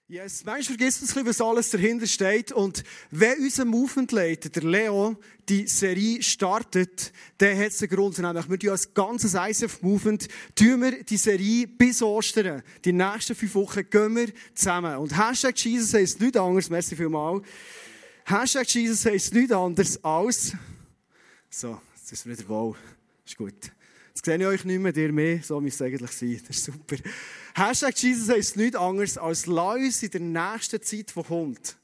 Yes, manchmal vergisst man ein bisschen, was alles dahinter steht. Und wenn unser Movement-Leiter, der Leo, die Serie startet, dann hat es einen Grund. Nämlich, wir tun als ganzes ICF-Movement die Serie bis Ostern. Die nächsten 5 Wochen gehen wir zusammen. Und Hashtag Jesus heisst nichts anderes. Merci vielmals. Hashtag Jesus heisst nichts anderes als... So, jetzt ist es wieder wohl. Ist gut. Jetzt sehe ich euch nicht mehr, ihr mehr. So müsste es eigentlich sein. Das ist super. Hashtag Jesus heisst nichts anderes als lass uns in der nächsten Zeit, die kommt,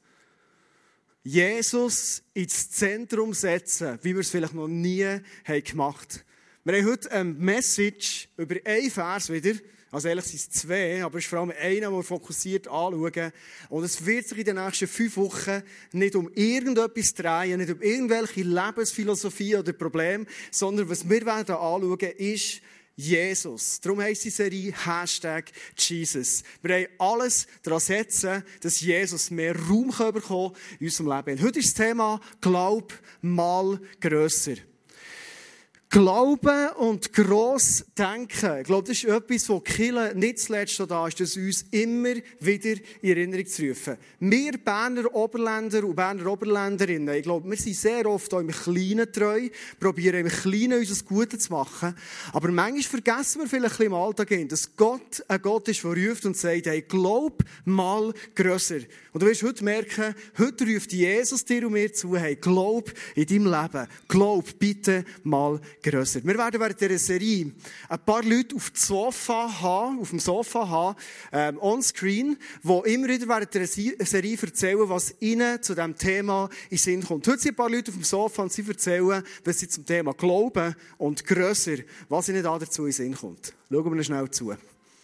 Jesus ins Zentrum setzen, wie wir es vielleicht noch nie gemacht haben. Wir haben heute eine Message über einen Vers wieder. Also ehrlich sind es 2, aber es ist vor allem einer, den wir fokussiert anschauen. Und es wird sich in den nächsten 5 Wochen nicht um irgendetwas drehen, nicht um irgendwelche Lebensphilosophie oder Probleme, sondern was wir werden anschauen, ist Jesus. Darum heisst die Serie Hashtag Jesus. Wir haben alles daran setzen, dass Jesus mehr Raum bekommen kann in unserem Leben. Heute ist das Thema Glaub mal grösser. Glauben und gross denken. Ich glaube, das ist etwas, wo die Kirche nicht zuletzt da ist, das uns immer wieder in Erinnerung zu rufen. Wir Berner Oberländer und Berner Oberländerinnen, ich glaube, wir sind sehr oft auch im Kleinen treu, probieren im Kleinen unser Gutes zu machen. Aber manchmal vergessen wir vielleicht ein bisschen im Alltag, dass Gott ein Gott ist, der ruft und sagt, hey, glaub mal grösser. Und du wirst heute merken, heute ruft Jesus dir und mir zu, hey, glaub in deinem Leben. Glaub bitte mal grösser. Wir werden während dieser Serie ein paar Leute auf dem Sofa haben, on-screen, die immer wieder während dieser Serie erzählen, was ihnen zu diesem Thema in den Sinn kommt. Heute sind ein paar Leute auf dem Sofa und sie erzählen, was sie zum Thema Glauben und grösser, was ihnen dazu in den Sinn kommt. Schauen wir schnell zu.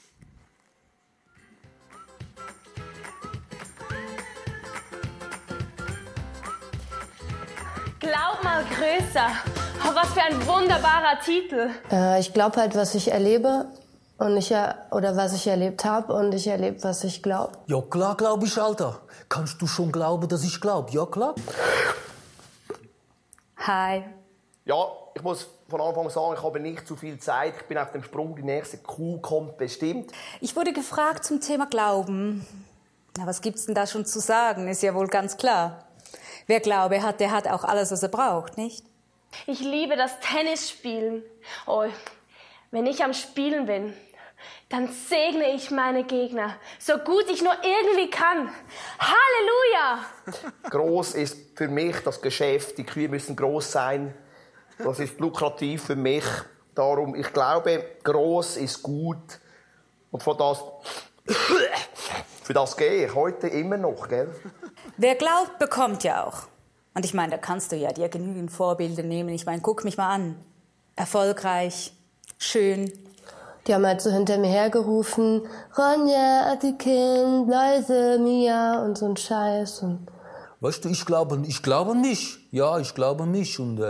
Glaub mal größer. Oh, was für ein wunderbarer Titel. Ich glaube halt, was ich erlebe und oder was ich erlebt habe und ich erlebe, was ich glaube. Ja klar, glaube ich, Alter. Kannst du schon glauben, dass ich glaube? Ja klar. Hi. Ja, ich muss von Anfang an sagen, ich habe nicht zu viel Zeit. Ich bin auf dem Sprung, die nächste Kuh kommt bestimmt. Ich wurde gefragt zum Thema Glauben. Na, was gibt's denn da schon zu sagen? Ist ja wohl ganz klar. Wer Glaube hat, der hat auch alles, was er braucht, nicht? Ich liebe das Tennisspielen. Oh, wenn ich am Spielen bin, dann segne ich meine Gegner, so gut ich nur irgendwie kann. Halleluja! Gross ist für mich das Geschäft. Die Kühe müssen gross sein. Das ist lukrativ für mich. Darum, ich glaube, gross ist gut. Und für das gehe ich heute immer noch, gell? Wer glaubt, bekommt ja auch. Und ich meine, da kannst du ja dir genügend Vorbilder nehmen. Ich meine, guck mich mal an. Erfolgreich, schön. Die haben halt so hinter mir hergerufen, Ronja, Attikin, Leise, Mia und so ein Scheiß. Und weißt du, ich glaube an mich. Ja, ich glaube an mich. Und,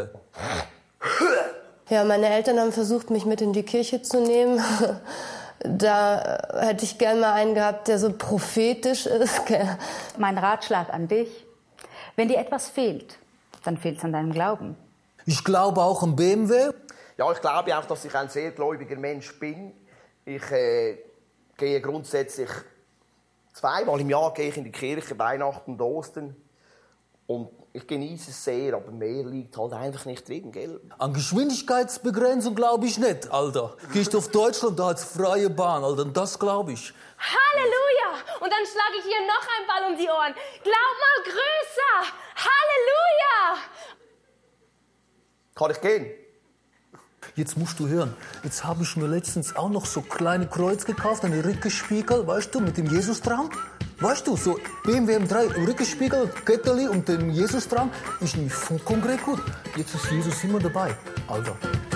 ja, meine Eltern haben versucht, mich mit in die Kirche zu nehmen. Da hätte ich gern mal einen gehabt, der so prophetisch ist. Mein Ratschlag an dich: Wenn dir etwas fehlt, dann fehlt es an deinem Glauben. Ich glaube auch an BMW. Ja, ich glaube auch, dass ich ein sehr gläubiger Mensch bin. Ich gehe grundsätzlich 2-mal im Jahr gehe ich in die Kirche, Weihnachten und Ostern. Und ich genieße es sehr, aber mehr liegt halt einfach nicht drin, gell? An Geschwindigkeitsbegrenzung glaube ich nicht, Alter. Gehst auf Deutschland, da hat's freie Bahn, Alter, das glaube ich. Halleluja! Und dann schlage ich hier noch einen Ball um die Ohren. Glaub mal größer! Halleluja! Kann ich gehen? Jetzt musst du hören. Jetzt habe ich mir letztens auch noch so kleine Kreuz gekauft, eine Rückenspiegel, weißt du, mit dem Jesus dran. Weißt du, so BMW M3, Rückenspiegel, Ketteli und den Jesus dran. Ist nicht konkret gut. Jetzt ist Jesus immer dabei, Alter.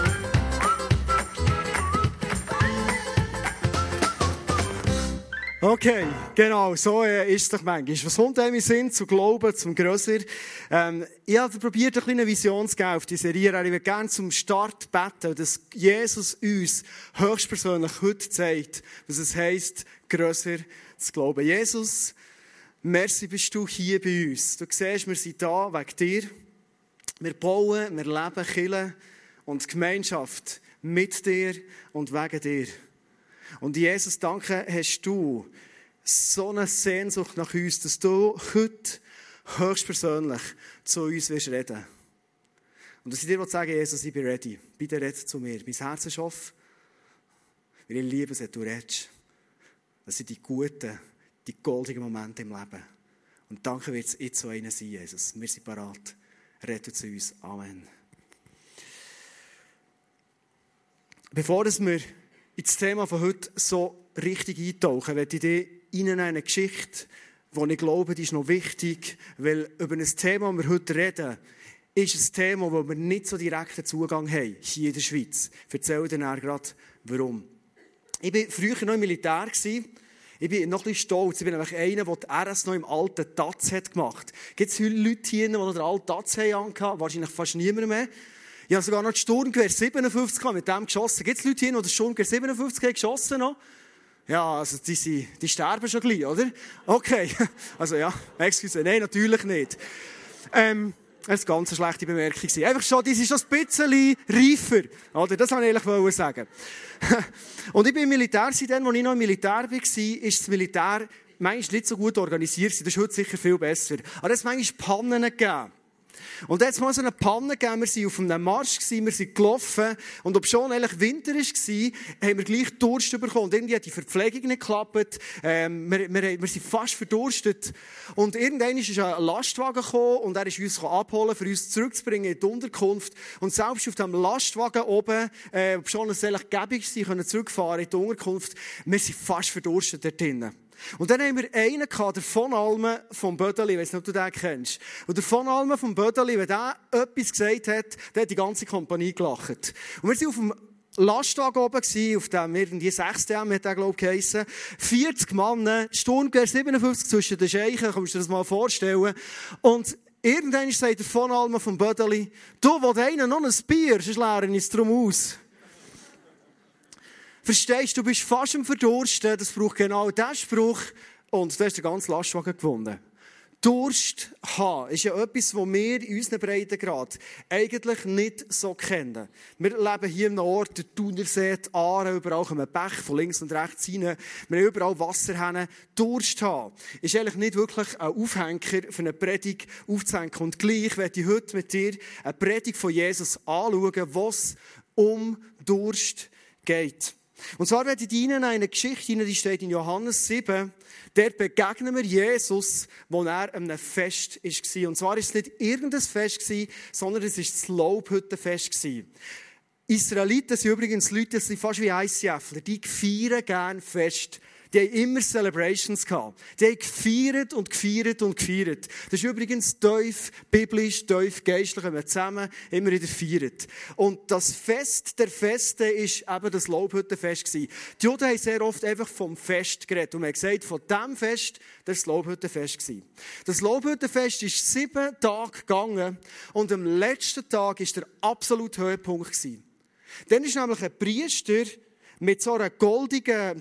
Okay, genau, so ist es doch manchmal. Was kommt einem in den Sinn, zu glauben, zum Grösser? Ich habe probiert, eine kleine Vision zu geben auf die Serie. Ich würde gerne zum Start beten, dass Jesus uns höchstpersönlich heute zeigt, was es heisst, grösser zu glauben. Jesus, merci bist du hier bei uns. Du siehst, wir sind da wegen dir. Wir bauen, wir leben Kirche und Gemeinschaft mit dir und wegen dir. Und Jesus, danke, hast du so eine Sehnsucht nach uns, dass du heute höchstpersönlich zu uns reden willst. Und dass ich dir sagen will, Jesus, ich bin ready. Bitte red zu mir. Mein Herz ist offen, weil ich liebe es, wenn du redest. Das sind die guten, die goldigen Momente im Leben. Und danke wird es jetzt so einer sein, Jesus. Wir sind bereit. Rette zu uns. Amen. Bevor wir ins Thema von heute so richtig eintauchen, möchte ich dir in eine Geschichte, die ich glaube, die ist noch wichtig, weil über ein Thema, das wir heute reden, ist ein Thema, wo wir nicht so direkten Zugang haben, hier in der Schweiz. Ich erzähle dir dann gerade, warum. Ich war früher noch im Militär. Ich bin noch ein bisschen stolz. Ich bin nämlich einer, der die RS noch im alten Taz gemacht hat. Gibt es Leute hier, die noch den alten Taz hatten? Wahrscheinlich fast niemand mehr. Ich habe sogar noch das Sturmgewehr 57 mit dem geschossen. Gibt es Leute hier, die das Sturmgewehr 57 geschossen haben? Ja, also die sterben schon gleich, oder? Okay. Also ja, excuse. Nein, natürlich nicht. Das war eine ganz schlechte Bemerkung. Einfach schon, die sind schon ein bisschen reifer. Oder? Das wollte ich eigentlich sagen. Und ich bin im Militär, als ich noch im Militär war, ist das Militär manchmal nicht so gut organisiert. Das ist heute sicher viel besser. Aber es hat manchmal Pannen gegeben. Und da hat es mal so eine Panne gegeben. Wir waren auf einem Marsch, wir sind gelaufen. Und obschon eigentlich Winter war, haben wir gleich Durst bekommen. Und irgendwie hat die Verpflegung nicht geklappt. Wir sind fast verdurstet. Und irgendwann ist ein Lastwagen gekommen und er ist uns abholen, für uns zurückzubringen in die Unterkunft. Und selbst auf diesem Lastwagen oben, obschon es eigentlich gäbig war, können zurückfahren in die Unterkunft, wir sind fast verdurstet dort drinnen. Und dann haben wir einen gehabt, der von Almen vom Bödeli, ich weiss nicht, ob du den kennst. Und der von Almen vom Bödeli, wenn der etwas gesagt hat, der hat die ganze Kompanie gelacht. Und wir waren auf dem Lastwagen oben, auf dem irgendwie 6DM, hat der, glaube ich, geheissen. 40 Mann, Sturmgewehr 57 zwischen den Scheichen, kannst du dir das mal vorstellen. Und irgendwann sagt der von Almen vom Bödeli, du, willst einer noch ein Bier, sonst leeren es drum aus. Verstehst du, du bist fast am Verdursten, das braucht genau diesen Spruch und du hast den ganzen Lastwagen gewonnen. Durst haben ist ja etwas, was wir in unseren Breitengrad eigentlich nicht so kennen. Wir leben hier an einem Ort, der Thunersee, die Aare, überall kommen Bäche von links und rechts rein. Wir haben überall Wasserhähne. Durst haben ist eigentlich nicht wirklich ein Aufhänger für eine Predigt aufzuhängen. Und gleich werde ich heute mit dir eine Predigt von Jesus anschauen, was um Durst geht. Und zwar werde ich Ihnen eine Geschichte, die steht in Johannes 7, dort begegnen wir Jesus, wo er an einem Fest war. Und zwar war es nicht irgendein Fest, sondern es war das Laubhüttenfest. Israeliten sind übrigens Leute, die sind fast wie ICFler, die feiern gerne Fest. Die haben immer Celebrations gehabt. Die haben gefeiert und gefeiert und gefeiert. Das ist übrigens tief biblisch, tief geistlich, wenn man zusammen immer wieder feiert. Und das Fest der Feste ist eben das Laubhüttenfest gewesen. Die Juden haben sehr oft einfach vom Fest geredet. Und man hat gesagt, von diesem Fest, das war das Laubhüttenfest gewesen. Das Laubhüttenfest ist 7 Tage gegangen. Und am letzten Tag war der absolute Höhepunkt gewesen. Dann ist nämlich ein Priester mit so einer goldigen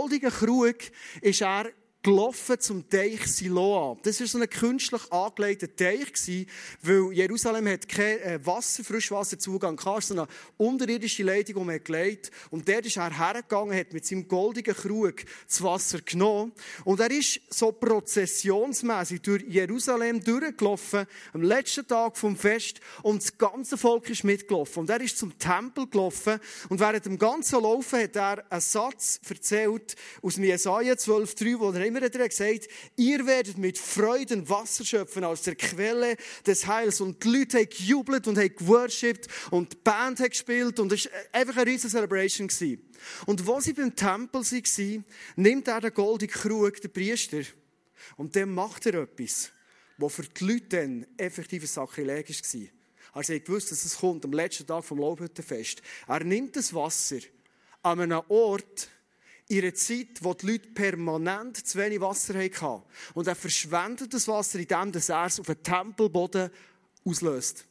Krug ist er gelaufen zum Teich Siloam. Das war so ein künstlich angelegter Teich, weil Jerusalem hat keinen Frischwasserzugang hatte. Es war so eine unterirdische Leitung, die man gelegt hat. Und dort ist er hergegangen, hat mit seinem goldigen Krug das Wasser genommen. Und er ist so prozessionsmässig durch Jerusalem durchgelaufen, am letzten Tag vom Fest. Und das ganze Volk ist mitgelaufen. Und er ist zum Tempel gelaufen. Und während dem ganzen Laufen hat er einen Satz erzählt aus Jesaja 12,3, wo er immer hat gesagt, ihr werdet mit Freuden Wasser schöpfen aus der Quelle des Heils. Und die Leute haben gejubelt und haben geworshipped und die Band hat gespielt und es war einfach eine riesige Celebration. Und als sie beim Tempel waren, nimmt er den goldenen Krug, der Priester, und dann macht er etwas, was für die Leute dann effektiv ein Sakrileg war. Also er wusste, dass es kommt am letzten Tag vom Laubhüttenfest. Er nimmt das Wasser an einem Ort, in einer Zeit, wo die Leute permanent zu wenig Wasser hatten. Und er verschwendet das Wasser, indem er es auf den Tempelboden auslöst.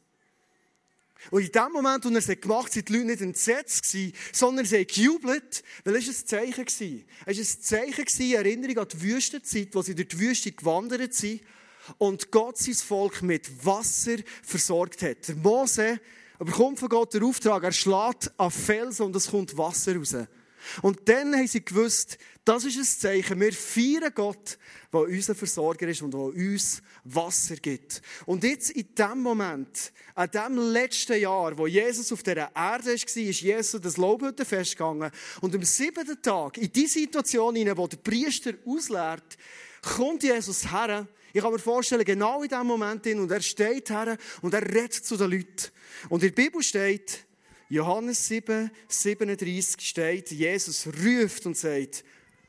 Und in dem Moment, als er es gemacht hat, waren die Leute nicht entsetzt, sondern sie haben gejubelt, weil es ein Zeichen war. Es war ein Zeichen, eine Erinnerung an die Wüstenzeit, wo sie durch die Wüste gewandert sind und Gott sein Volk mit Wasser versorgt hat. Der Mose bekommt von Gott den Auftrag, er schlägt an Felsen und es kommt Wasser raus. Und dann haben sie gewusst, das ist ein Zeichen. Wir feiern Gott, der unser Versorger ist und der uns Wasser gibt. Und jetzt in dem Moment, an dem letzten Jahr, wo Jesus auf dieser Erde war, ist Jesus das Laubhüttenfest gegangen. Und am 7. Tag, in die Situation hinein, wo der Priester ausleert, kommt Jesus her. Ich kann mir vorstellen, genau in diesem Moment, und er steht her und er redet zu den Leuten. Und in der Bibel steht, Johannes 7, 37 steht, Jesus ruft und sagt,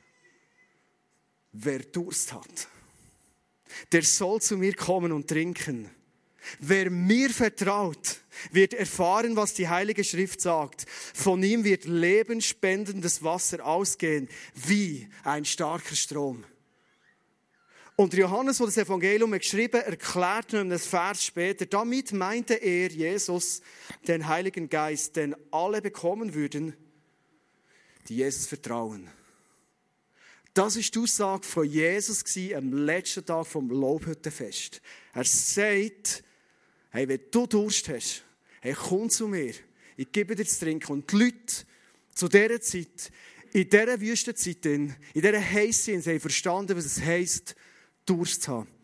wer Durst hat, der soll zu mir kommen und trinken. Wer mir vertraut, wird erfahren, was die Heilige Schrift sagt. Von ihm wird lebensspendendes Wasser ausgehen, wie ein starker Strom. Und Johannes, der das Evangelium geschrieben hat, erklärt noch einen Vers später, damit meinte er, Jesus, den Heiligen Geist, den alle bekommen würden, die Jesus vertrauen. Das war die Aussage von Jesus am letzten Tag vom Laubhüttenfest. Er sagt, hey, wenn du Durst hast, hey, komm zu mir, ich gebe dir zu trinken. Und die Leute zu dieser Zeit, in dieser Wüstenzeit, in dieser Heisse, sie haben verstanden, was es heisst, Durst zu haben.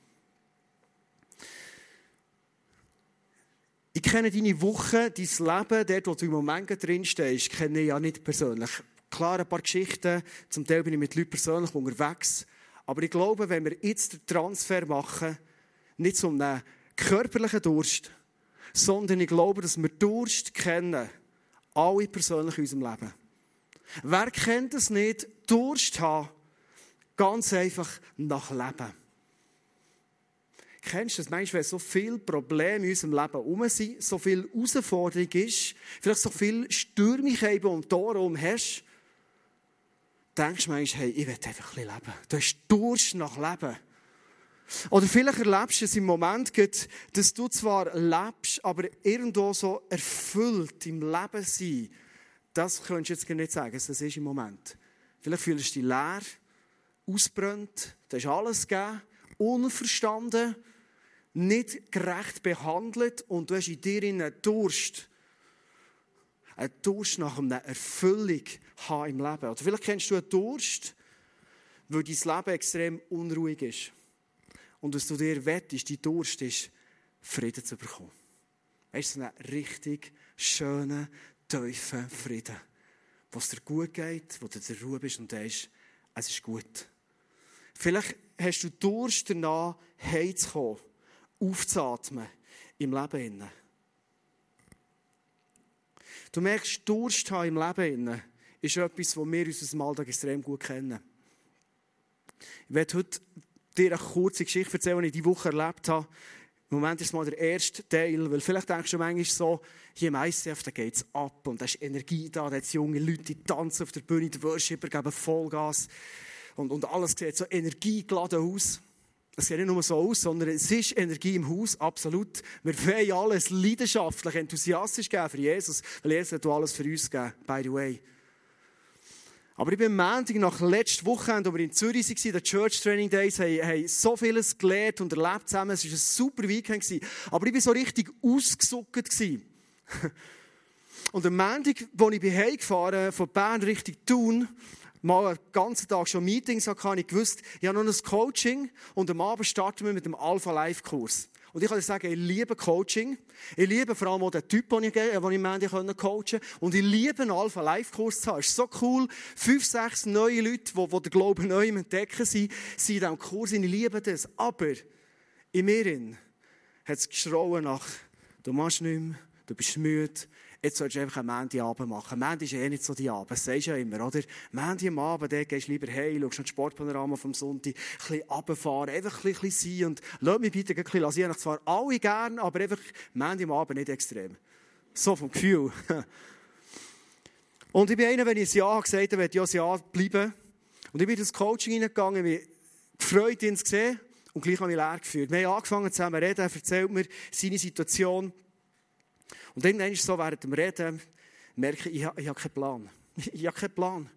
Ich kenne deine Woche, dein Leben, dort, wo du im Moment drin stehst, kenne ich ja nicht persönlich. Klar, ein paar Geschichten, zum Teil bin ich mit Leuten persönlich unterwegs. Aber ich glaube, wenn wir jetzt den Transfer machen, nicht zu einem körperlichen Durst, sondern ich glaube, dass wir Durst kennen, alle persönlich in unserem Leben. Wer kennt es nicht, Durst haben, ganz einfach nach Leben. Kennst du das? Manchmal, wenn so viele Probleme in unserem Leben herum sind, so viel Herausforderung ist, vielleicht so viel Stürmigkeit um die Ohren herum hast, denkst du manchmal, hey, ich will einfach ein bisschen leben. Du hast Durst nach Leben. Oder vielleicht erlebst du es im Moment, dass du zwar lebst, aber irgendwo so erfüllt im Leben sein. Das könntest du jetzt gar nicht sagen, dass das ist im Moment. Vielleicht fühlst du dich leer, ausgebrannt, du hast alles gegeben, unverstanden, nicht gerecht behandelt und du hast in dir einen Durst. Einen Durst nach einer Erfüllung haben im Leben. Oder vielleicht kennst du einen Durst, weil dein Leben extrem unruhig ist. Und was du dir wettest, die Durst ist, Frieden zu bekommen. Weißt du, so einen richtig schönen, tiefen Frieden. Wo es dir gut geht, wo du in der Ruhe bist und denkst, es ist gut. Vielleicht hast du Durst danach, heimzukommen, aufzuatmen im Leben. Du merkst, Durst haben im Leben ist etwas, was wir in unserem Alltag extrem gut kennen. Ich werde heute dir eine kurze Geschichte erzählen, die ich diese Woche erlebt habe. Im Moment ist es mal der erste Teil, weil vielleicht denkst du manchmal so, hier im ICF, da geht es ab und da ist Energie da hat junge Leute, die tanzen auf der Bühne, die Worshipper geben Vollgas und alles sieht so energiegeladen aus. Es sieht nicht nur so aus, sondern es ist Energie im Haus, absolut. Wir wollen alles leidenschaftlich, enthusiastisch geben für Jesus, weil Jesus hat alles für uns gegeben, by the way. Aber ich bin am Montag nach letzter Wochenende, wo wir in Zürich waren, den Church Training Days, haben so vieles gelernt und erlebt zusammen. Es war ein super Weekend. Aber ich war so richtig ausgesuckt. Und am Montag, als ich heimgefahren bin, von Bern Richtung Thun, mal einen ganzen Tag schon Meetings hatte, ich gewusst, ich habe noch ein Coaching und am Abend starten wir mit dem Alpha Life Kurs. Und ich kann dir sagen, ich liebe Coaching. Ich liebe vor allem auch den Typ, den ich im Montag coachen konnte. Und ich liebe einen Alpha Life Kurs zu haben. Es ist so cool. 5, 6 neue Leute, die den Glauben neu im Entdecken sind in diesem Kurs. Ich liebe das. Aber in mir hat es geschrauen nach, du machst nichts mehr, du bist müde. Jetzt solltest du einfach einen Montagabend machen. Montag ist nicht so die Abend. Das sagst du ja immer, oder? Montag am Abend, da gehst du lieber heim, schaust noch das Sportpanorama vom Sonntag, ein bisschen runterfahren, einfach ein bisschen sein und lass mich bitte ein bisschen lassen. Ich habe zwar alle gern, aber einfach Montag am Abend nicht extrem. So vom Gefühl. Und ich bin einer, wenn ich ein Ja gesagt habe, werde ich auch ein Ja bleiben. Und ich bin in das Coaching hineingegangen, mich gefreut, ihn zu sehen und gleich habe ich leer gefühlt. Wir haben angefangen zusammen zu reden, er erzählt mir seine Situation. Und dann ist es so, während dem Reden merke ich habe keinen Plan. Ich habe keinen Plan.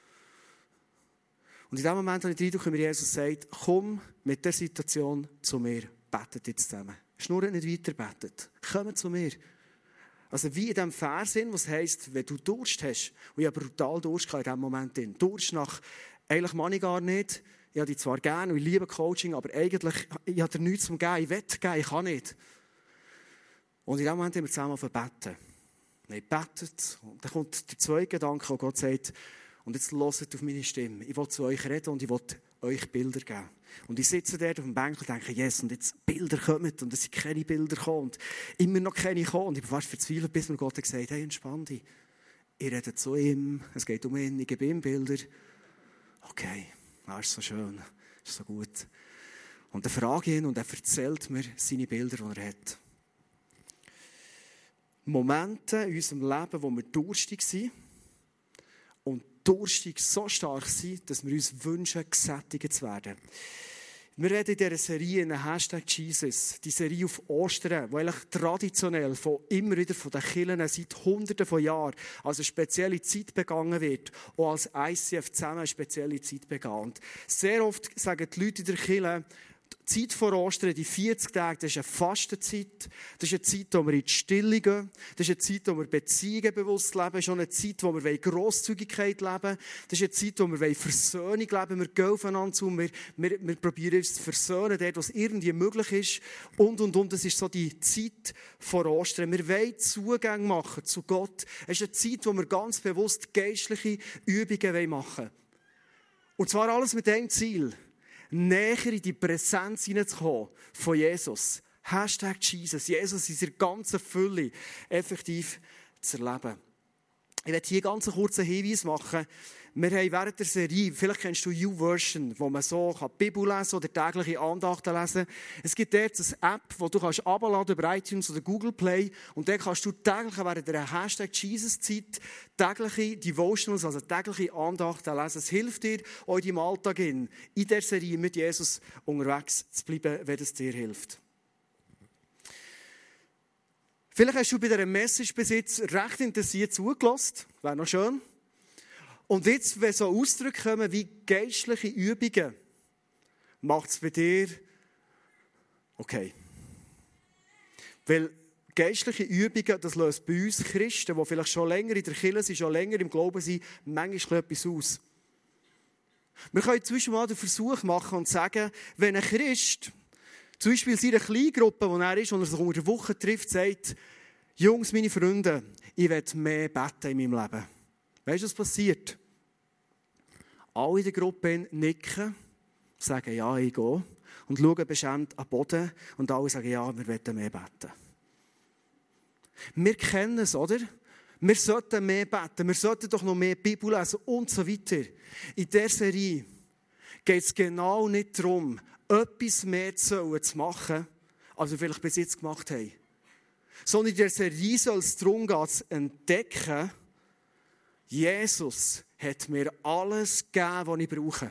Und in dem Moment habe ich den Eindruck, wie Jesus sagt, komm mit der Situation zu mir, betet jetzt zusammen. Schnurrt nicht weiter, betet. Kommt zu mir. Also wie in diesem Vers, was heisst, wenn du Durst hast, und ich habe brutal Durst in diesem Moment. Durst nach, eigentlich mag ich gar nicht, ich habe die zwar gerne und ich liebe Coaching, aber eigentlich, ich habe dir nichts zum Geben, ich will geben, ich kann nicht. Und in diesem Moment haben wir zusammen beten. Wir haben gebetet und dann kommt der zweite Gedanke, wo Gott sagt, und jetzt hört auf meine Stimme. Ich will zu euch reden und ich will euch Bilder geben. Und ich sitze dort auf dem Bänkel und denke, yes, und jetzt Bilder kommen und es sind keine Bilder gekommen und immer noch keine gekommen. Und ich bin fast verzweifelt, bis mir Gott gesagt hat, hey, entspann dich. Ich rede zu ihm, es geht um ihn, ich gebe ihm Bilder. Okay, das ist so schön, das ist so gut. Und dann frage ich ihn und er erzählt mir seine Bilder, die er hat. Momente in unserem Leben, wo wir durstig sind und durstig so stark sind, dass wir uns wünschen, gesättigt zu werden. Wir reden in dieser Serie in #Jesus, die Serie auf Ostern, die eigentlich traditionell immer wieder von den Kirchen seit Hunderten von Jahren als eine spezielle Zeit begangen wird, auch als ICF zusammen eine spezielle Zeit begangen. Und sehr oft sagen die Leute in der Kirche, die Zeit vor Ostern, die 40 Tage, das ist eine Fastenzeit. Das ist eine Zeit, wo wir in die Stille gehen. Das ist eine Zeit, wo wir Beziehungen bewusst leben. Das ist auch eine Zeit, wo wir Grosszügigkeit leben. Das ist eine Zeit, wo wir Versöhnung leben. Wir gehen aufeinander zu. Wir probieren uns zu versöhnen, dort, was irgendwie möglich ist. Und. Das ist so die Zeit vor Ostern. Wir wollen Zugang machen zu Gott. Es ist eine Zeit, wo wir ganz bewusst geistliche Übungen machen wollen. Und zwar alles mit dem Ziel, näher in die Präsenz hineinzukommen von Jesus. #Jesus. Jesus in seiner ganzen Fülle effektiv zu erleben. Ich werde hier ganz einen kurzen Hinweis machen. Wir haben während der Serie, vielleicht kennst du YouVersion, wo man so die Bibel lesen oder tägliche Andachten lesen kann. Es gibt dort eine App, die du herunterladen über iTunes oder Google Play. Und dann kannst du täglich während der #Jesus-Zeit tägliche Devotionals, also tägliche Andachten lesen. Es hilft dir, auch in deinem Alltag in der Serie mit Jesus unterwegs zu bleiben, wenn es dir hilft. Vielleicht hast du bei dieser Message bis jetzt recht interessiert zugelassen. Wäre noch schön. Und jetzt, wenn so Ausdrücke kommen wie geistliche Übungen, macht es bei dir okay. Weil geistliche Übungen, das löst bei uns Christen, die vielleicht schon länger in der Kirche sind, schon länger im Glauben sind, manchmal etwas aus. Wir können zwischen mal den Versuch machen und sagen, wenn ein Christ zum Beispiel in seiner Kleingruppe, wo er ist und er sich unter der Woche trifft, sagt, Jungs, meine Freunde, ich will mehr beten in meinem Leben. Weißt du, was passiert? Alle in der Gruppe nicken, sagen, ja, ich gehe. Und schauen beschämt an den Boden und alle sagen, ja, wir wollen mehr beten. Wir kennen es, oder? Wir sollten mehr beten, wir sollten doch noch mehr Bibel lesen und so weiter. In dieser Serie geht es genau nicht darum, etwas mehr zu machen, als wir vielleicht bis jetzt gemacht haben. Sondern in der Serie soll es darum gehen, zu entdecken, Jesus hat mir alles gegeben, was ich brauche.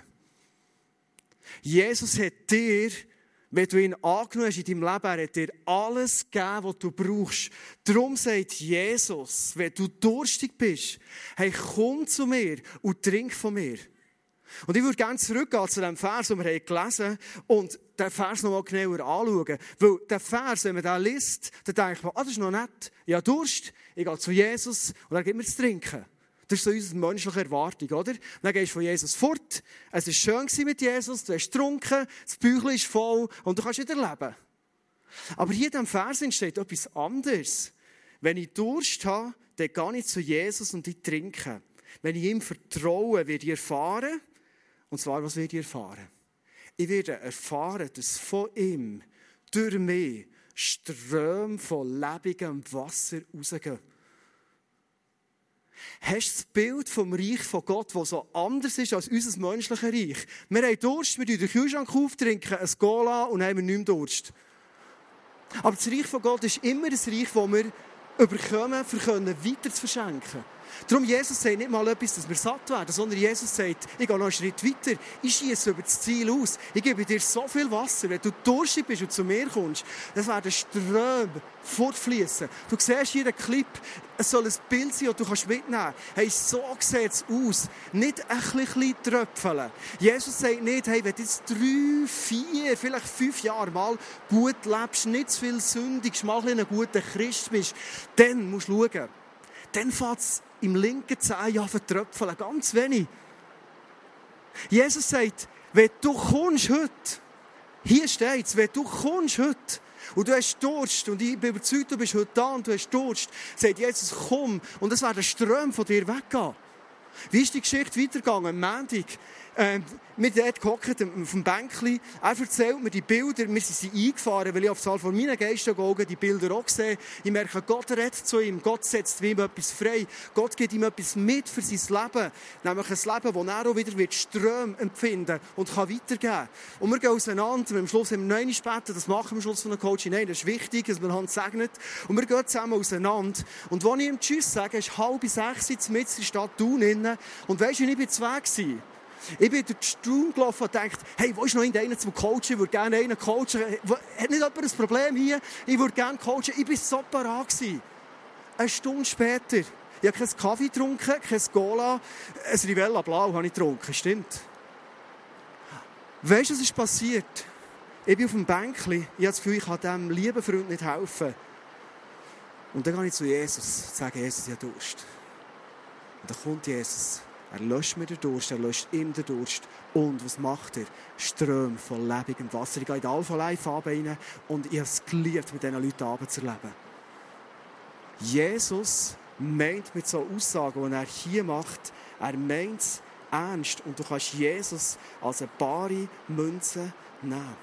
Jesus hat dir, wenn du ihn angenommen hast in deinem Leben, er hat dir alles gegeben, was du brauchst. Darum sagt Jesus, wenn du durstig bist, hey, komm zu mir und trink von mir. Und ich würde gerne zurückgehen zu dem Vers, den wir gelesen haben, und den Vers noch mal genauer anschauen. Weil der Vers, wenn man den liest, dann denkt man, das ist noch nett. Ich habe Durst, ich gehe zu Jesus und er gibt mir zu trinken. Das ist so unsere menschliche Erwartung, oder? Dann gehst du von Jesus fort, es war schön mit Jesus, du hast getrunken, das Bäuchlein ist voll und du kannst wieder leben. Aber hier in diesem Vers entsteht etwas anderes. Wenn ich Durst habe, dann gehe ich zu Jesus und ich trinke. Wenn ich ihm vertraue, werde ich erfahren. Und zwar, was werde ich erfahren? Ich werde erfahren, dass von ihm, durch mich, Ströme von lebendigem Wasser rausgehen. Hast du das Bild vom Reich von Gott, das so anders ist als unser menschliches Reich? Wir haben Durst, wir trinken den Kühlschrank auf, trinken ein Cola und haben nicht mehr Durst. Aber das Reich von Gott ist immer ein Reich, das wir überkommen, um weiter zu verschenken. Darum, Jesus sagt nicht mal etwas, dass wir satt werden, sondern Jesus sagt, ich gehe noch einen Schritt weiter, ich schiesse über das Ziel aus, ich gebe dir so viel Wasser, wenn du durstig bist und zu mir kommst, dann werden Ströme fortfließen. Du siehst hier einen Clip, es soll ein Bild sein, das du mitnehmen kannst. Hey, so sieht es aus. Nicht ein bisschen tröpfeln. Jesus sagt nicht, hey, wenn du jetzt 3, 4, vielleicht 5 Jahre mal gut lebst, nicht zu viel sündigst, mal ein guter Christ bist, dann musst du schauen. Dann fängt es im linken Zeh an zu tröpfeln, ganz wenig. Jesus sagt, wenn du kommst heute, hier steht es, wenn du kommst heute, und du hast Durst, und ich bin überzeugt, du bist heute da und du hast Durst, sagt Jesus, komm, und es werden Ströme von dir weggehen. Wie ist die Geschichte weitergegangen? Am Montag, wir dort gehockt auf dem Bänkchen. Er erzählt mir die Bilder. Wir sind eingefahren, weil ich auf der Zahl von meinen Geisteraugen die Bilder auch sehe. Ich merke, Gott redet zu ihm. Gott setzt ihm etwas frei. Gott gibt ihm etwas mit für sein Leben. Nämlich ein Leben, das er auch wieder Ströme empfinden und kann weitergeben. Und wir gehen auseinander. Am Schluss haben wir noch einmal gebeten. Das machen wir am Schluss von einer Coaching. Nein, das ist wichtig, dass wir uns segnet. Und wir gehen zusammen auseinander. Und als ich ihm Tschüss sage, ist 5:30 mitten in der Stadt Thun. Und weisst du, ich war zu Weg. Ich bin durch die Straße gelaufen und dachte, hey, wo ist noch einer zum Coachen? Ich würde gerne einen coachen. Hat nicht jemand ein Problem hier? Ich würde gerne coachen. Ich war so parat. Eine Stunde später, ich habe keinen Kaffee getrunken, kein Cola, ein Rivella Blau habe ich getrunken. Stimmt. Weißt du, was ist passiert? Ich bin auf dem Bänkchen. Ich habe das Gefühl, ich kann diesem lieben Freund nicht helfen. Und dann gehe ich zu Jesus und sage, Jesus, ich habe Durst. Und dann kommt Jesus. Er löscht mir den Durst, er löscht ihm den Durst. Und was macht er? Ströme von lebendigem Wasser. Ich gehe in die Alpha Life rein und ich habe es geliebt, mit diesen Leuten Abend zu erleben. Jesus meint mit so Aussagen, die er hier macht, er meint es ernst. Und du kannst Jesus als eine bare Münze nehmen.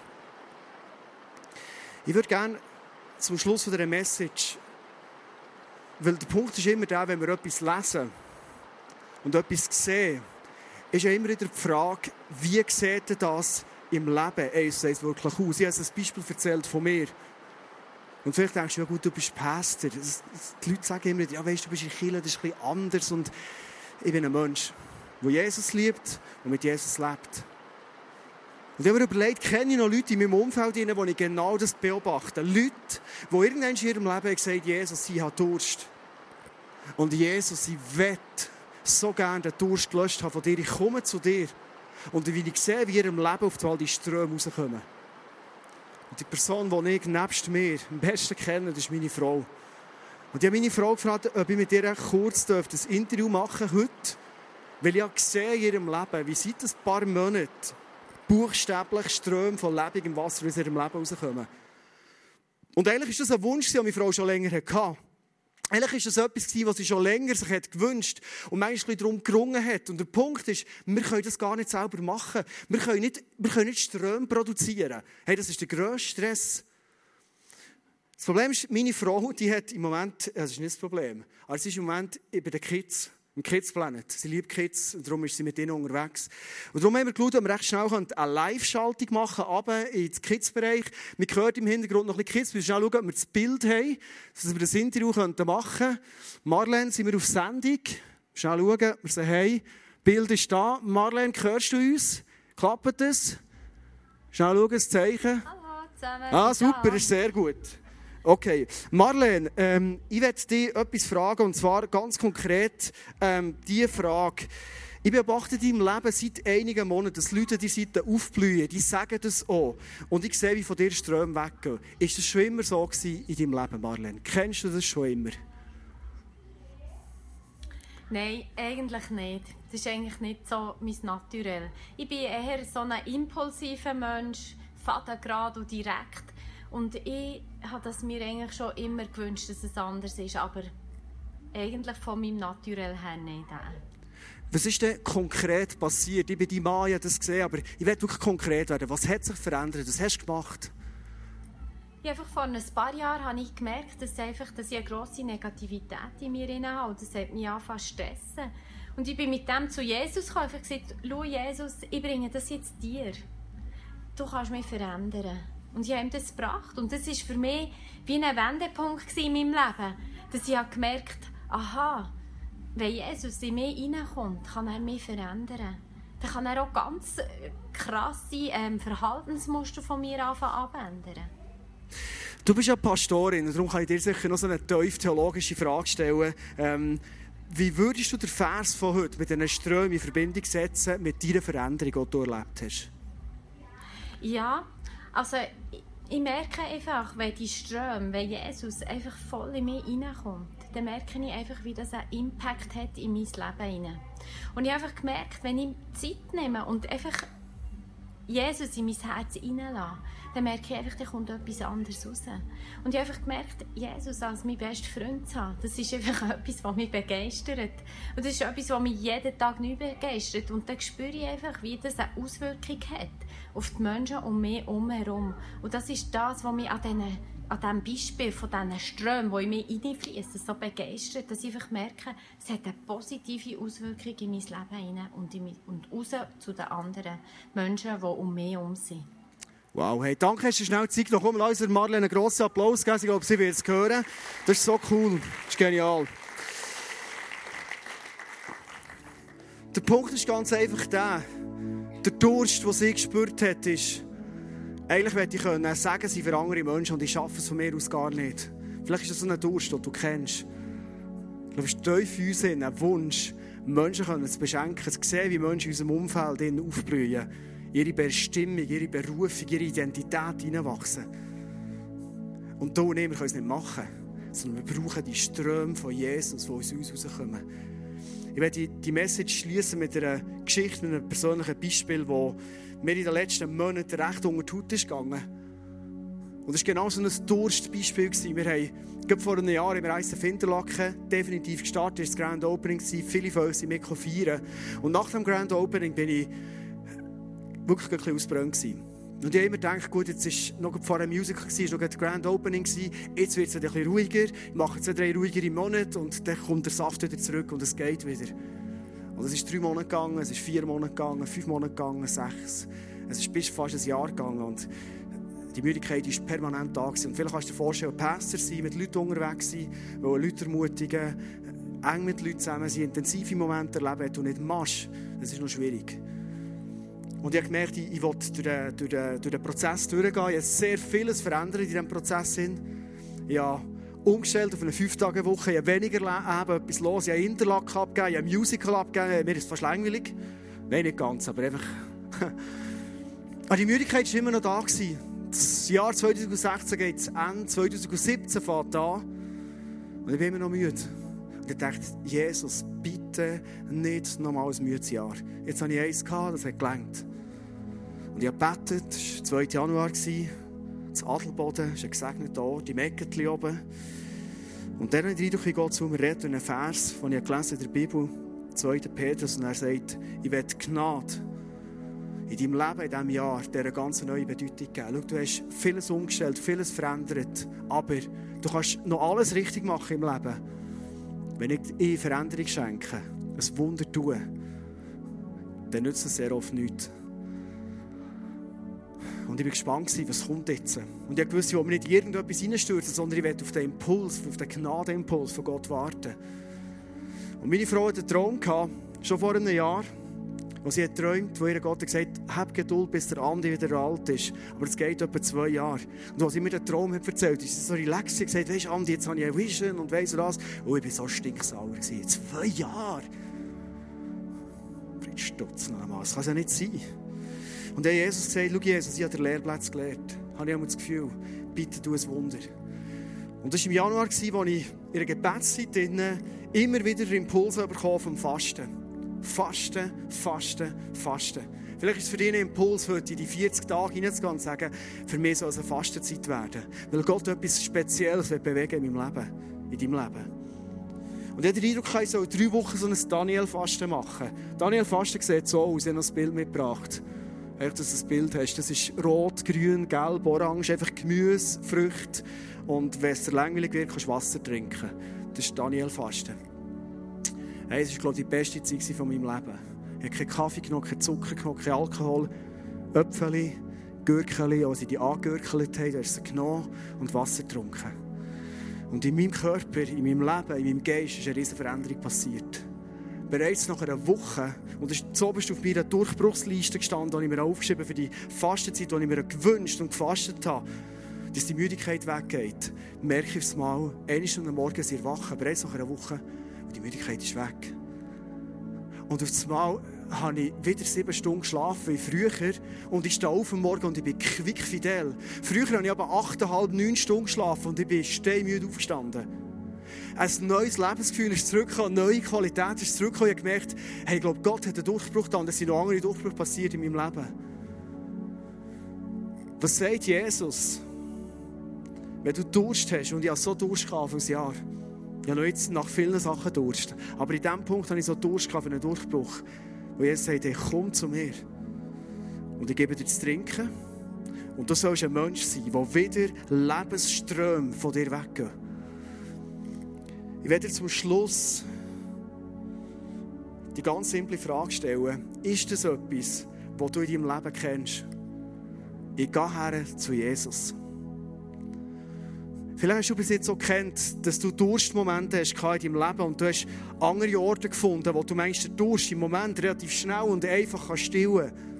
Ich würde gerne zum Schluss dieser Message, weil der Punkt ist immer der, wenn wir etwas lesen, und etwas sehen, ist ja immer wieder die Frage, wie sieht das im Leben einerseits wirklich aus? Ich habe ein Beispiel erzählt von mir. Und vielleicht denkst du, ja gut, du bist Pastor. Die Leute sagen immer, ja weißt, du bist in der Kirche, das ist ein bisschen anders. Und ich bin ein Mensch, der Jesus liebt und mit Jesus lebt. Und ich habe mir überlegt, kenne ich noch Leute in meinem Umfeld, die ich genau das beobachte. Leute, die irgendwann in ihrem Leben gesagt haben, Jesus, ich habe Durst. Und Jesus, ich will so gerne den Durst gelöscht habe von dir. Ich komme zu dir. Und wie ich sehe, wie in ihrem Leben auf die Ströme rauskommen. Und die Person, die ich nebst mir am besten kenne, das ist meine Frau. Und ich habe meine Frau gefragt, ob ich mit ihr kurz ein Interview machen dürfte heute. Weil ich habe gesehen in ihrem Leben, wie seit ein paar Monaten buchstäblich Ströme von lebendigem Wasser aus ihrem Leben rauskommen. Und eigentlich war das ein Wunsch, den meine Frau schon länger hatte. Eigentlich war das etwas, was sie schon länger sich gewünscht hat und manchmal darum gerungen hat. Und der Punkt ist, wir können das gar nicht selber machen. Wir können nicht Ströme produzieren. Hey, das ist der grösste Stress. Das Problem ist, meine Frau, die hat im Moment, das ist nicht das Problem, aber sie ist im Moment bei den Kids, im Kids Planet. Sie liebt Kids und darum ist sie mit ihnen unterwegs. Und darum haben wir geschaut, ob wir recht schnell eine Live-Schaltung machen können, in den Kids-Bereich. Wir hören im Hintergrund noch ein bisschen Kids. Wir schnell schauen, ob wir das Bild haben, dass wir das Interview machen können. Marlene, sind wir auf Sendung? Schnell schauen, wir sie haben. Bild ist da. Marlene, hörst du uns? Klappt das? Schnell schauen, das Zeichen. Hallo zusammen. Ah, super, das ist sehr gut. Okay, Marlene, ich möchte dich etwas fragen, und zwar ganz konkret diese Frage. Ich beobachte in deinem Leben seit einigen Monaten, dass Leute die Seite aufblühen, die sagen das auch. Und ich sehe, wie von dir Ströme weggehen. Ist das schon immer so gewesen in deinem Leben, Marlene? Kennst du das schon immer? Nein, eigentlich nicht. Das ist eigentlich nicht so mein Naturell. Ich bin eher so ein impulsiver Mensch, fadengerade und direkt. Und ich habe das mir eigentlich schon immer gewünscht, dass es anders ist, aber eigentlich von meinem Naturell her nicht. Was ist denn konkret passiert? Ich bin die Mann, ich habe das gesehen, aber ich will wirklich konkret werden. Was hat sich verändert? Was hast du gemacht? Einfach vor ein paar Jahren habe ich gemerkt, dass ich eine grosse Negativität in mir habe. Das hat mich angefangen zu stressen. Und ich bin mit dem zu Jesus gekommen und gesagt, schau Jesus, ich bringe das jetzt dir. Du kannst mich verändern. Und ich habe ihm das gebracht. Und das war für mich wie ein Wendepunkt in meinem Leben. Dass ich gemerkt habe, aha, wenn Jesus in mich hineinkommt, kann er mich verändern. Dann kann er auch ganz krasse Verhaltensmuster von mir abändern. Du bist ja Pastorin und darum kann ich dir sicher noch so eine tief theologische Frage stellen. Wie würdest du den Vers von heute mit diesen Strömen in Verbindung setzen mit deiner Veränderung, die du erlebt hast? Ja, also ich merke einfach, wenn die Ströme, wenn Jesus einfach voll in mich hineinkommt, dann merke ich einfach, wie das einen Impact hat in mein Leben hinein. Und ich habe einfach gemerkt, wenn ich Zeit nehme und einfach Jesus in mein Herz hineinlasse, dann merke ich einfach, da kommt etwas anderes raus. Und ich habe einfach gemerkt, Jesus als mein bester Freund zu haben, das ist einfach etwas, was mich begeistert. Und das ist etwas, was mich jeden Tag neu begeistert. Und dann spüre ich einfach, wie das eine Auswirkung hat auf die Menschen um mich herum. Und das ist das, was mich an diesem Beispiel von diesen Strömen, die in mich hineinfließen, so begeistert, dass ich einfach merke, es hat eine positive Auswirkung in mein Leben hinein und raus zu den anderen Menschen, die um mich herum sind. Wow, hey, danke, hast du schnell Zeit noch. Komm, lass uns Marlene einen grossen Applaus geben. Ich glaube, sie wird es hören. Das ist so cool. Das ist genial. Der Punkt ist ganz einfach der Durst, den sie gespürt hat, ist, eigentlich möchte ich sagen, sie für andere Menschen und ich schaffe es von mir aus gar nicht. Vielleicht ist das so ein Durst, den du kennst. Ich glaube, es ist tief in uns ein Wunsch, Menschen zu beschenken, zu sehen, wie Menschen in unserem Umfeld aufblühen, ihre Bestimmung, ihre Berufung, ihre Identität hineinwachsen. Und du und ich, wir können es nicht machen, sondern wir brauchen die Ströme von Jesus, die aus uns rauskommen. Ich werde die Message schließen mit einer Geschichte, mit einem persönlichen Beispiel, das mir in den letzten Monaten recht unter die Haut ist gegangen. Und es war genau so ein Durstbeispiel. Wir haben vor einem Jahr im ISF Interlaken definitiv gestartet, das Grand Opening. Viele von uns sind mit feiern. Und nach dem Grand Opening bin ich wirklich ein bisschen ausgebrannt. Und ich habe immer gedacht, gut, jetzt war noch vor einem Musical, es war noch das Grand Opening, jetzt wird es ein bisschen ruhiger, ich mache 2-3 ruhigere Monate und dann kommt der Saft wieder zurück und es geht wieder. Und es ist 3 Monate gegangen, es ist 4 Monate gegangen, 5 Monate gegangen, 6. Es ist bis fast ein Jahr gegangen und die Müdigkeit war permanent da gewesen. Und vielleicht kannst du dir vorstellen, Pastor sein, mit Leuten unterwegs sein, Leute ermutigen, eng mit Leuten zusammen sein, intensive Momente erleben, die du nicht machst. Das ist noch schwierig. Und ich habe gemerkt, ich will durch den Prozess durchgehen. Ich habe sehr vieles verändert in diesem Prozess. Ich habe umgestellt auf eine 5-Tage-Woche. Ich habe weniger Leben, etwas los. Ich habe Interlaken abgegeben, ich habe ein Musical abgegeben. Mir ist es fast langweilig. Nein, nicht ganz, aber einfach. Aber die Müdigkeit war immer noch da. Das Jahr 2016 geht zu Ende, 2017 fängt an. Und ich bin immer noch müde. Und ich dachte, Jesus, bitte nicht nochmal ein müdes Jahr. Jetzt hatte ich eins, das hat gelangt. Und ich habe gebetet, es war 2. Januar, das Adelboden, ist ein gesegneter Ort, im Ecketli oben. Und dann habe ich den Eindruck, wie Gott zu mir redet, einen Vers, den ich gelesen in der Bibel, 2. Petrus, und er sagt, ich will Gnade in deinem Leben, in diesem Jahr, dir eine ganz neue Bedeutung geben. Schau, du hast vieles umgestellt, vieles verändert, aber du kannst noch alles richtig machen im Leben. Wenn ich dir Veränderung schenke, ein Wunder tue, dann nützt es sehr oft nichts. Und ich war gespannt, was kommt jetzt. Und ich wusste, ich will mir nicht irgendetwas reinstürzen, sondern ich will auf den Impuls, auf den Gnadenimpuls von Gott warten. Und meine Frau hatte einen Traum gehabt, schon vor einem Jahr, wo sie träumt, wo ihr Gott gesagt hat, hab Geduld, bis der Andi wieder alt ist. Aber es geht etwa 2 Jahre. Und als sie mir den Traum hat erzählt, ist sie so relaxed. Sie hat gesagt, weisst Andi, jetzt habe ich eine Vision und weiss was. Und ich war so stinksauer. 2 Jahre! Fritz Stutz noch einmal. Das kann es ja nicht sein. Und dann hat Jesus gesagt, schau Jesus, ich habe den Lehrplatz gelernt. Habe ich auch das Gefühl, bitte tu ein Wunder. Und das war im Januar, als ich in einer Gebetszeit immer wieder den Impuls bekommen vom Fasten. Fasten, Fasten, Fasten. Vielleicht ist es für dich ein Impuls, heute in die 40 Tage hineinzugehen und zu sagen, für mich soll es eine Fastenzeit werden. Weil Gott etwas Spezielles bewegen in meinem Leben, in deinem Leben. Und ich habe den Eindruck, ich soll 3 Wochen so ein Daniel-Fasten machen. Daniel-Fasten sieht so aus, ich habe noch ein Bild mitgebracht. Dass du ein Bild hast. Das ist rot, grün, gelb, orange, einfach Gemüse, Früchte. Und wenn es dir langweilig wird, kannst du Wasser trinken. Das ist Daniel-Fasten. Hey, es war, glaube ich, die beste Zeit von meinem Leben. Ich habe keinen Kaffee genommen, keinen Zucker genommen, keinen Alkohol. Äpfel, Gürkeli, als sie die angegürkelt haben, hast du sie genommen und Wasser getrunken. Und in meinem Körper, in meinem Leben, in meinem Geist ist eine riesige Veränderung passiert. Bereits nach einer Woche, und das ist zuoberst auf meiner Durchbruchsliste gestanden, die ich mir aufgeschrieben habe für die Fastenzeit, die ich mir gewünscht und gefastet habe, dass die Müdigkeit weggeht, merke ich aufs Mal, eine Stunde morgens erwachen, bereits nach einer Woche, und die Müdigkeit ist weg. Und aufs Mal habe ich wieder 7 Stunden geschlafen wie früher und ich stehe auf am Morgen und ich bin quickfidel. Früher habe ich aber 8,5, 9 Stunden geschlafen und ich bin steinmüde aufgestanden. Ein neues Lebensgefühl ist zurückgekommen, eine neue Qualität ist zurückgekommen. Ich habe gemerkt, hey, ich glaube, Gott hat einen Durchbruch da und es sind noch andere Durchbrüche passiert in meinem Leben. Was sagt Jesus? Wenn du Durst hast, und ich habe so Durst gehabt Anfang des Jahres, ich habe noch jetzt nach vielen Sachen Durst, aber in diesem Punkt habe ich so Durst gehabt für einen Durchbruch, wo Jesus sagt, hey, komm zu mir und ich gebe dir zu trinken und du sollst ein Mensch sein, der wieder Lebensströme von dir weggehen. Ich werde dir zum Schluss die ganz simple Frage stellen, ist das etwas, was du in deinem Leben kennst? Ich gehe her zu Jesus. Vielleicht hast du bis jetzt auch gekannt, dass du Durstmomente hast in deinem Leben und du hast andere Orte gefunden, wo du meinst, der Durst im Moment relativ schnell und einfach stillen kann.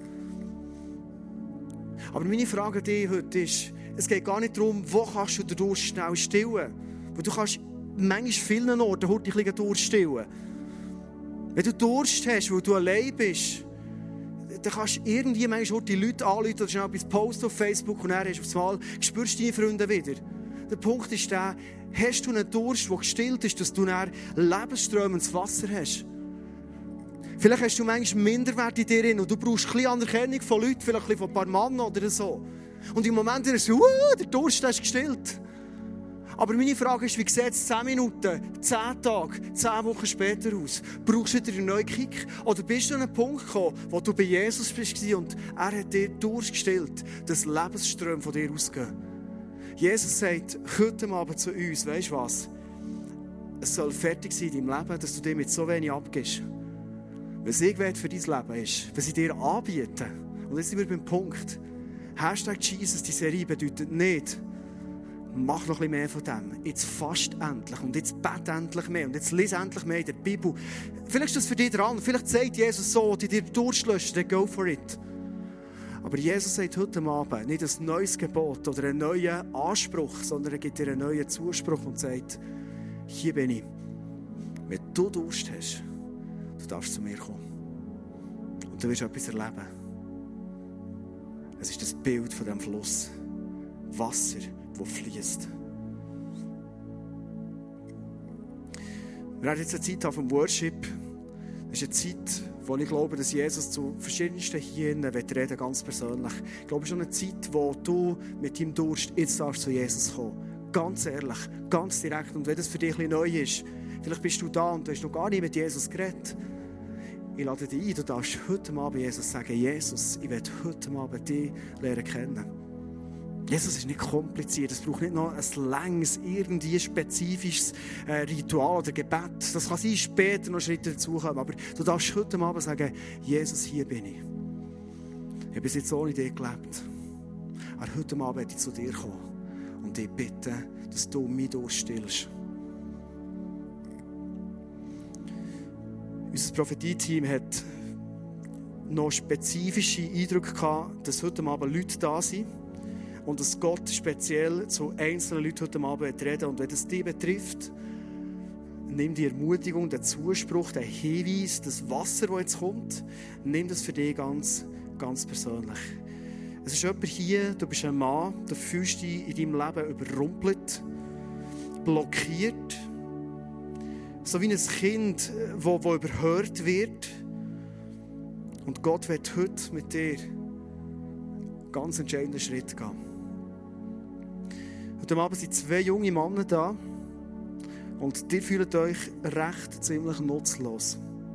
Aber meine Frage an dich heute ist, es geht gar nicht darum, wo kannst du den Durst schnell stillen. Weil du kannst manchmal vielen Orten heute ein bisschen Durst stillen. Wenn du Durst hast, weil du allein bist, dann kannst du irgendwie manchmal die Leute anrufen oder schnell etwas posten auf Facebook und dann hast du aufs Mal, spürst du deine Freunde wieder. Der Punkt ist der, hast du einen Durst, der gestillt ist, dass du dann Lebensströme ins Wasser hast. Vielleicht hast du manchmal Minderwert in dir und du brauchst ein bisschen Anerkennung von Leuten, vielleicht von ein paar Männern oder so. Und im Moment ist es so, der Durst ist gestillt. Aber meine Frage ist, wie sieht es 10 Minuten, 10 Tage, 10 Wochen später aus? Brauchst du wieder einen neuen Kick? Oder bist du an einen Punkt gekommen, wo du bei Jesus bist und er hat dir Durst gestillt, dass Lebensströme von dir ausgehen? Jesus sagt heute Abend zu uns, weisst du was? Es soll fertig sein in deinem Leben, dass du dir mit so wenig abgibst. Was ich will für dein Leben ist, was ich dir anbiete. Und jetzt sind wir beim Punkt. #Jesus, die Serie bedeutet nicht, mach noch ein bisschen mehr von dem. Jetzt fast endlich und jetzt bete endlich mehr und jetzt lies endlich mehr in der Bibel. Vielleicht ist das für dich dran. Vielleicht sagt Jesus so, die dir durchlöscht, dann go for it. Aber Jesus sagt heute Abend nicht ein neues Gebot oder einen neuen Anspruch, sondern er gibt dir einen neuen Zuspruch und sagt, hier bin ich. Wenn du Durst hast, du darfst zu mir kommen. Und du wirst etwas erleben. Es ist das Bild von diesem Fluss. Wasser, das fließt. Wir werden jetzt eine Zeit haben vom Worship. Das ist eine Zeit, wo ich glaube, dass Jesus zu verschiedensten hier reden, ganz persönlich. Ich glaube, es ist schon eine Zeit, wo du mit deinem Durst jetzt darfst zu Jesus kommen. Ganz ehrlich, ganz direkt. Und wenn das für dich ein bisschen neu ist, vielleicht bist du da und du hast noch gar nicht mit Jesus geredet. Ich lade dich ein, du darfst heute Abend Jesus sagen, Jesus, ich will heute Abend dich lernen kennen. Jesus ist nicht kompliziert, es braucht nicht noch ein langes, irgendwie spezifisches Ritual oder Gebet. Das kann sein, später noch Schritte dazukommen, aber du darfst heute Abend sagen, Jesus, hier bin ich. Ich habe bis jetzt ohne dich gelebt. Aber heute Abend werde ich zu dir kommen und dich bitten, dass du mich durchstillst. Unser Prophetie-Team hat noch spezifische Eindrücke gehabt, dass heute Abend Leute da sind und dass Gott speziell zu einzelnen Leuten heute Abend reden. Und wenn es dich betrifft, nimm die Ermutigung, den Zuspruch, den Hinweis, das Wasser, das jetzt kommt, nimm das für dich ganz, ganz persönlich. Es ist jemand hier, du bist ein Mann, du fühlst dich in deinem Leben überrumpelt, blockiert, so wie ein Kind, das überhört wird. Und Gott wird heute mit dir einen ganz entscheidenden Schritt gehen. Heute Abend sind 2 junge Männer da und ihr fühlt euch recht ziemlich nutzlos.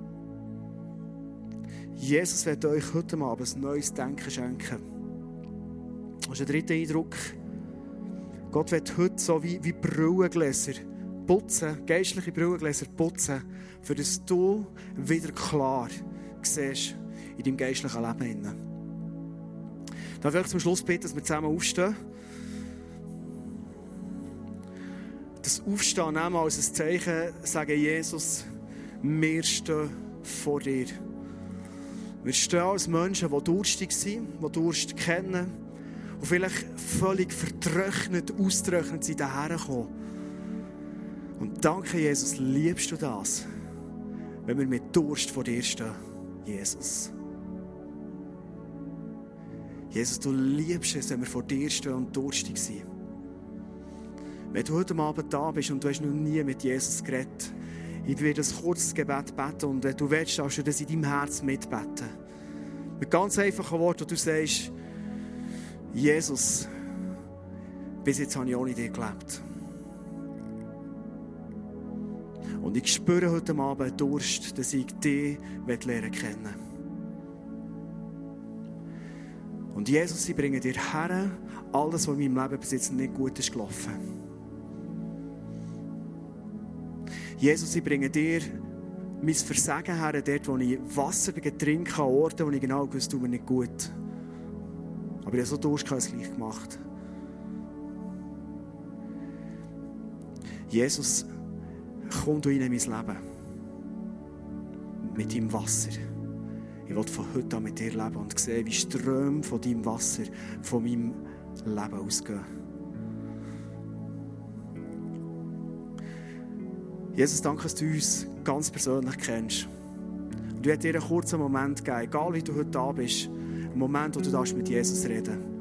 Jesus wird euch heute Abend ein neues Denken schenken. Das ist der 3. Eindruck. Gott wird heute so wie Brillengläser putzen, geistliche Brillengläser putzen, für dass du wieder klar siehst in deinem geistlichen Leben. Dann will ich zum Schluss bitten, dass wir zusammen aufstehen. das Aufstehen nehmen als ein Zeichen, sagen, Jesus, wir stehen vor dir. Wir stehen als Menschen, die durstig sind, die Durst kennen und vielleicht völlig vertrocknet, ausgetrocknet sind, daherkommen. Und danke, Jesus, liebst du das, wenn wir mit Durst vor dir stehen, Jesus. Jesus, du liebst es, wenn wir vor dir stehen und durstig sind. Wenn du heute Abend da bist und du hast noch nie mit Jesus geredet, ich werde ein kurzes Gebet beten und wenn du willst, darfst du das in deinem Herz mitbeten. Mit ganz einfachen Worten, wo du sagst, Jesus, bis jetzt habe ich ohne dich gelebt. Und ich spüre heute Abend einen Durst, dass ich dich lernen kennen. Und Jesus, ich bringe dir her, alles, was in meinem Leben bis jetzt nicht gut ist gelaufen. Jesus, ich bringe dir mein Versagen her, dort, wo ich Wasser trinke, an Orten, wo ich genau wusste, tut mir nicht gut. Aber ich habe so Durst, es gleich gemacht. Jesus, komm du rein in mein Leben. Mit deinem Wasser. Ich will von heute an mit dir leben und sehen, wie Ströme von deinem Wasser von meinem Leben ausgehen. Jesus, danke, dass du uns ganz persönlich kennst. Du hast dir einen kurzen Moment gegeben, egal wie du heute da bist, einen Moment, wo du mit Jesus reden darfst.